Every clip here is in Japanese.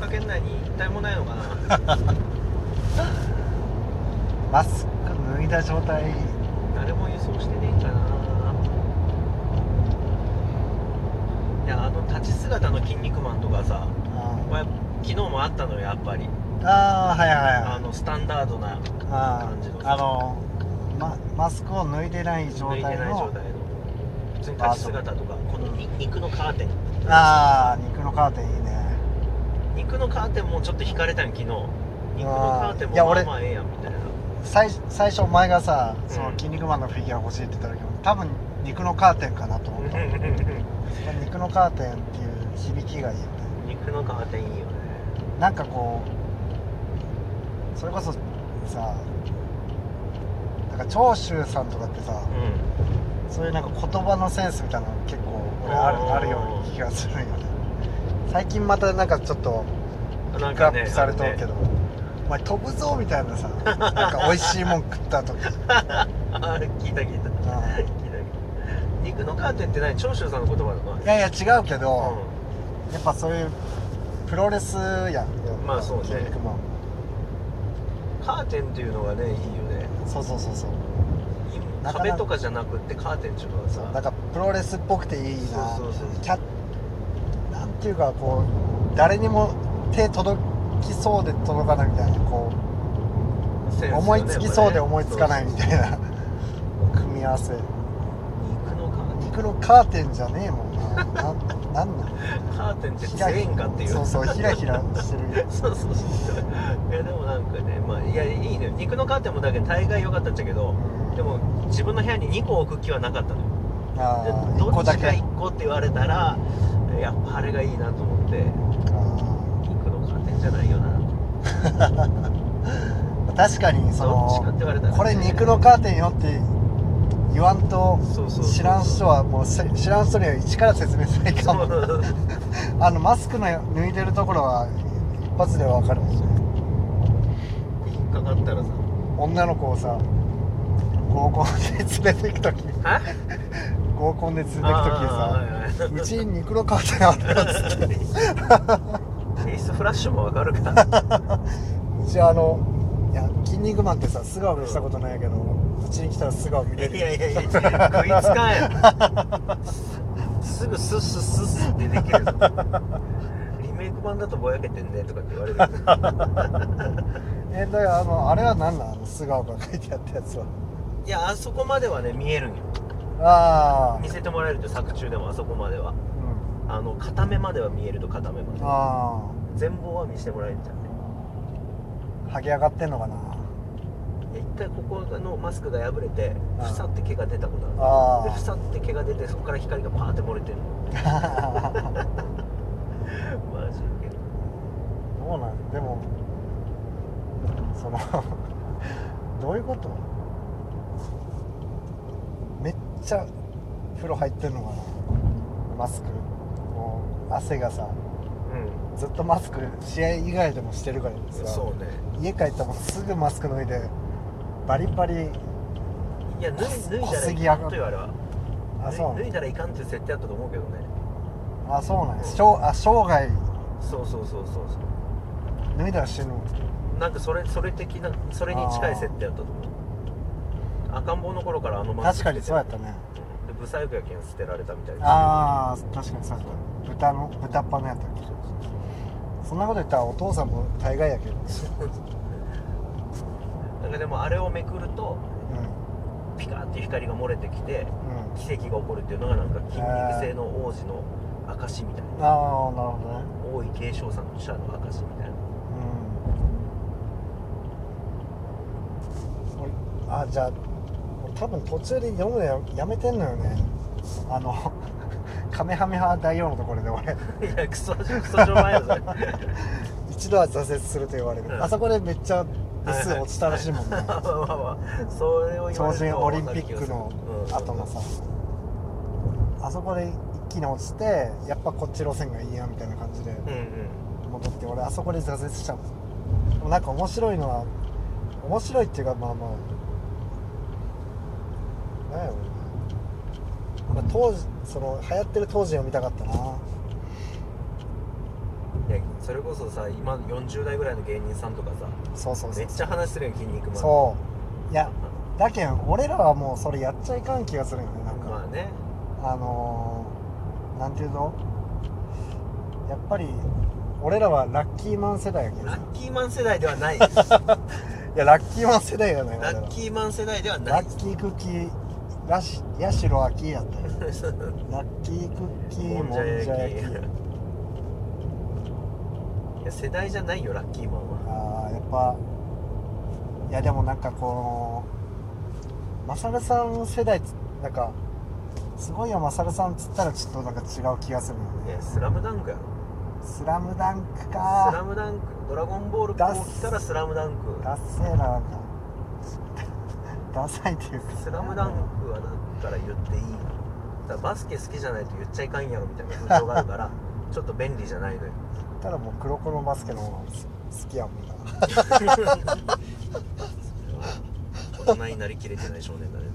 圏内に一体もないのかな。 マスク脱いだ状態。 誰も輸送してねえかな。いや、立ち姿の筋肉マンとかさ、昨日もあったのよ、やっぱり。 ああ、はいはいはい。 スタンダードな感じのマスクを脱いでない状態の普通に立ち姿とか、この肉のカーテン。 ああ、肉のカーテンいいね。 肉のカーテンもちょっと惹かれたん、昨日。肉のカーテンもまあまあええやんみたいな。 最初お前がさ、その筋肉マンのフィギュア欲しいって言った時も多分肉のカーテンかなと思った肉のカーテンっていう響きがいいよね。 肉のカーテンいいよね。 なんかこうそれこそさ、なんか長州さんとかってさ、そういうなんか言葉のセンスみたいなの結構俺あるような気がするんよね。最近またなんかちょっとピックアップされとるけど、お前飛ぶぞみたいなさ、なんか美味しいもん食った時聞いた肉のカーテンって何、長州さんの言葉なの？ いやいや違うけど、やっぱそういうプロレスやん。 まあそうね。 筋肉マンカーテンっていうのがねいいよね。 そう壁とかじゃなくってカーテンっていうのはさ、 なんかプロレスっぽくていいな。 そうなんていうかこう誰にも手届きそうで届かないみたいな、こう、ね、思いつきそうで思いつかないみたいな組み合わせ。肉のカーテンじゃねえもんな。なんカーテンって全員かっていう。 そうヒラヒラしてるそういやでもなんかね、まあいやいいね。肉のカーテンもだけど大概良かったんだけど、でも自分の部屋に2個置く気はなかったのよ。どっちか1個って言われたらやっぱあれがいいなと思って、肉のカーテンじゃないよな確かにそのこれ肉のカーテンよって言わんと知らん人はもう知らん人には一から説明するかもマスクの脱いでるところは一発で分かるもんね。 引っかかったらさ、 女の子をさ合コンで連れて行くとき合コンで連れて行くときさ、うちに肉のカーテンあったっつってフェイスフラッシュも分かるかうちいや筋肉マンってさ素顔見したことないけど、うちに来たら素顔見れる。 いや食いつかんやすぐスッってできるぞリメイク版だとぼやけてんねとかって言われるだからあれは何なの、素顔が書いてあったやつは。 いや、あそこまではね見えるんよ。見せてもらえると、作中でもあそこまでは、片目までは見えると、片目まで全貌は見せてもらえるんじゃんね。 剥げ上がってんのかな。 一回ここのマスクが破れてふさって毛が出たことある。でふさって毛が出て、そこから光がパーって漏れてるのマジウケる。 どうなんでもそのどういうこと。めっちゃ風呂入ってんのかな、マスク。もう汗がさ、ずっとマスク試合以外でもしてるからさ。 そうね。 家帰ったらもうすぐマスク脱いでバリバリ。いや脱いだらいかんとよ、あれは。脱いだらいかんっていう設定だったと思うけどね。 そうなんです。生涯。 そう脱いだら死ぬ。 なんかそれ的な、それに近い設定だったと思う。赤ん坊の頃からマスク確かにそうやったね。 でブサイクやけん捨てられたみたいな。 確かにそうやった。豚っ鼻やったっけ。そんなこと言ったらお父さんも大概やけどなんかでもあれをめくると、ピカーって光が漏れてきて、奇跡が起こるっていうのがなんか筋肉性の王子の証みたいな。 なるほどね。 王位継承者の証みたいな。じゃあ多分途中で読むのやめてんのよね。カメハメハ大王のところで俺いやクソ上前よそれ一度は挫折すると言われる、あそこでめっちゃ点数落ちたらしいもんねそれを言われると超人オリンピックの後のさ、あそこで一気に落ちて、やっぱこっち路線がいいやみたいな感じで戻って、俺あそこで挫折しちゃう。でもなんか面白いのは、面白いっていうか、まあなんやろうな、当時その流行ってる当時を見たかったな。 いやそれこそさ今40代ぐらいの芸人さんとかさそうめっちゃ話するよ筋肉マンそういやだけん俺らはもうそれやっちゃいかん気がするよねなんかまあねなんていうのやっぱり俺らはラッキーマン世代やけどラッキーマン世代ではないいやラッキーマン世代やねラッキーマン世代ではないラッキークッキー八代亜紀やったよラッキークッキーもんじゃ焼きいや世代じゃないよラッキーマンはやっぱいやでもなんかこのマサルさん世代なんかすごいよマサルさんっつったらちょっとなんか違う気がするよねスラムダンクやろスラムダンクかスラムダンクドラゴンボールこう来たらスラムダンクダッセーななんかダサいっていうかスラムダンクはだから言っていいだからバスケ好きじゃないと言っちゃいかんやろみたいな風潮があるからちょっと便利じゃないのよただもう黒子のバスケの方が好きやもんな大人になりきれてない少年だね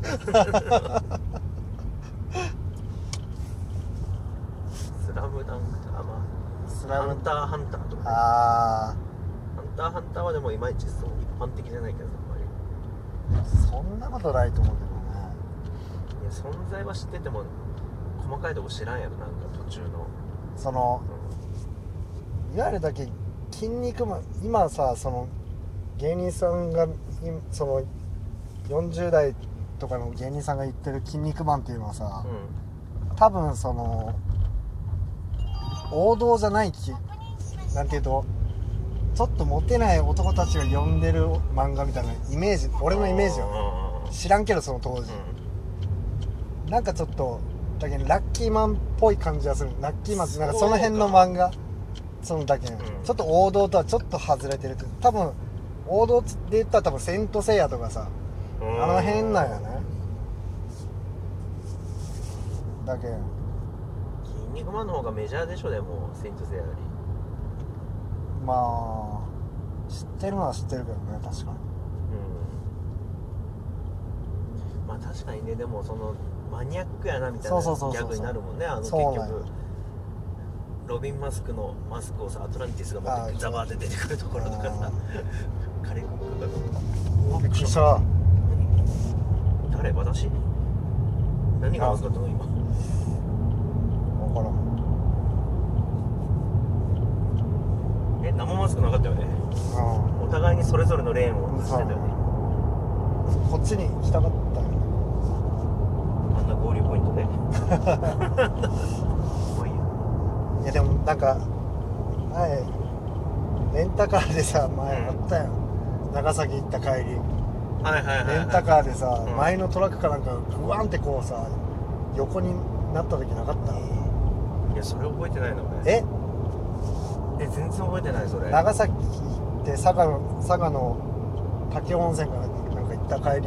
スラムダンクとかまあハンターハンターとか、ね、ハンターハンターはでもいまいちそう一般的じゃないけどあんまりそんなことないと思うけどねいや存在は知ってても細かいとこ知らんやろなんか途中のその、いわゆるだけ筋肉マン今さその芸人さんがその40代とかの芸人さんが言ってる筋肉マンっていうのはさ、多分その王道じゃないなんていうとちょっとモテない男たちが読んでる漫画みたいなイメージ俺のイメージよ知らんけどその当時、なんかちょっとだけどラッキーマンっぽい感じがするラッキーマンってなんかその辺の漫画そのだけ、ちょっと王道とはちょっと外れてる多分王道で言ったら多分セイントセイヤとかさあの辺なんやねだけ筋肉マンの方がメジャーでしょでもセイントセイヤよりまあ知ってるのは知ってるけどね確かにまあ確かにねでもそのマニアックやなみたいなギそうャグになるもんね結局ロビン・マスクのマスクをさアトランティスが持ってザバーって出てくるところとかさカレークックがびっくりした誰私何が分かったの今分からん生マスクなかったよねお互いにそれぞれのレーンをしてたよねこっちに来たかったよねあんな合流ポイントでいやでもなんか前レンタカーでさ前あったよ、長崎行った帰りレンタカーでさ、前のトラックかなんかグワンってこうさ横になった時なかった？ いやそれ覚えてないの俺全然覚えてないそれ長崎って佐賀の武雄温泉からなんか行った帰り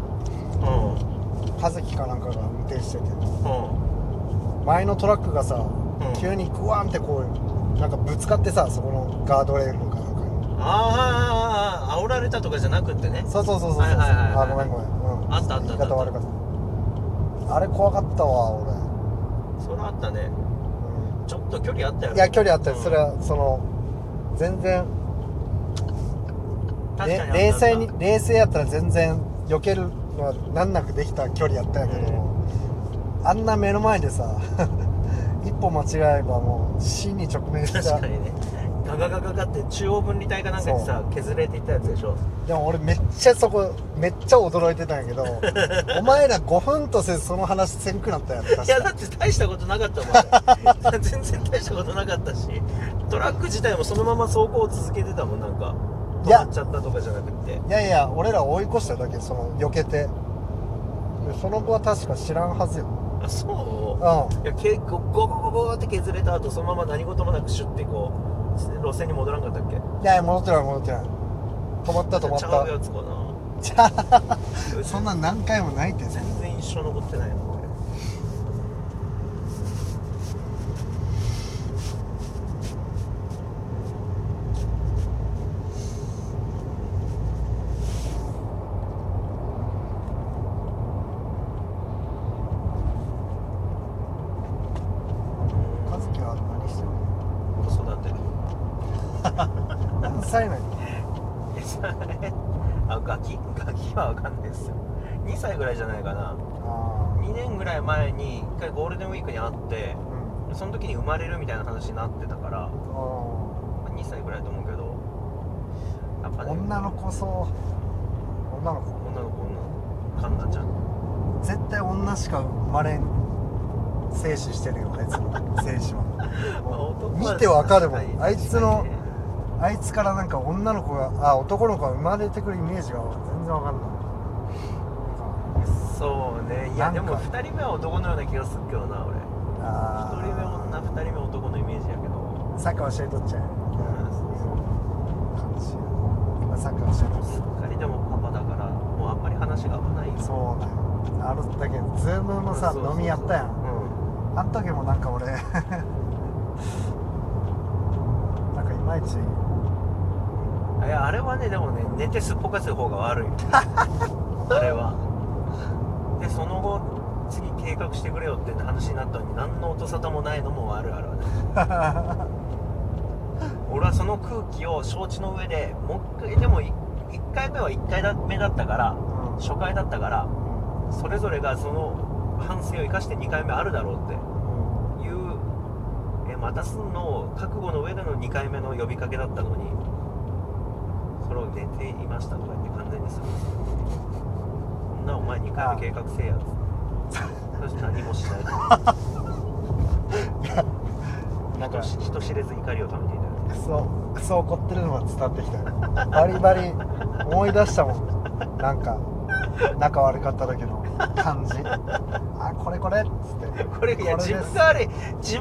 和樹かなんかが運転してて、前のトラックがさ急にグワンってこうなんかぶつかってさそこのガードレールかなんかに煽られたとかじゃなくってねそうごめん、 あった言い方悪かったあれ怖かったわ俺それあったね、ちょっと距離あったよねいや距離あったよ、それはその全然冷静やったら全然避けるのは難なくできた距離やったんやけど、あんな目の前でさ一歩間違えばもう死に直面した確かにねガガガガガって中央分離帯かなんかでさ削れていったやつでしょでも俺めっちゃ驚いてたんやけどお前ら5分とせずその話せんくなったやん。いやだって大したことなかったもん全然大したことなかったしトラック自体もそのまま走行を続けてたもんなんか止まっちゃったとかじゃなくていや俺ら追い越しただけその避けてその後は確か知らんはずよ。 あそう、 いや結構ゴゴゴゴって削れた後そのまま何事もなくシュッてこう路線に戻らんかったっけ？ いや戻ってない止まったちゃうやつかなそんなん何回もないって全然一生残ってないのこれ和樹は何してるの？ 子育て何歳なのにガキは分かんないですよ。2歳ぐらいじゃないかな。 あ 2年ぐらい前に1回ゴールデンウィークに会って、 うん、 その時に生まれるみたいな話になってたから、2歳ぐらいだと思うけど、やっぱね、 女の子カンナちゃん絶対女しか生まれん精子してるよ、あいつの精子は見てわかるもん。あいつからなんか女の子が男の子が生まれてくるイメージが全然わかんない。 そうね。いやでも2人目は男のような気がするけどな、俺。1人目女、2人目男のイメージやけど、 サッカー教えとっちゃう。サッカー教えとっちゃう。 すっかりでもパパだからもうあんまり話が合わない。 そうだよ。だけどズームのさ飲みやったやん。あん時もなんか俺なんかいまいち、 いやあれはね、でもね、寝てすっぽかす方が悪いあれは。でその後次計画してくれよって話になったのに何の音沙汰もないのもあるあるわね俺はその空気を承知の上でもう一回、でも1回目は1回目だったから、初回だったから、それぞれがその反省を生かして2回目あるだろうっていう、またすんのを覚悟の上での2回目の呼びかけだったのに、それを寝ていましたとか言って完全にする。そんなお前2回目計画せえやつそして何もしないなんか人知れず怒りを溜めていたよね。 クソ怒ってるのが伝わってきたよ。バリバリ思い出したもん。なんか仲悪かった時の感じ。これっつって。 これいや自分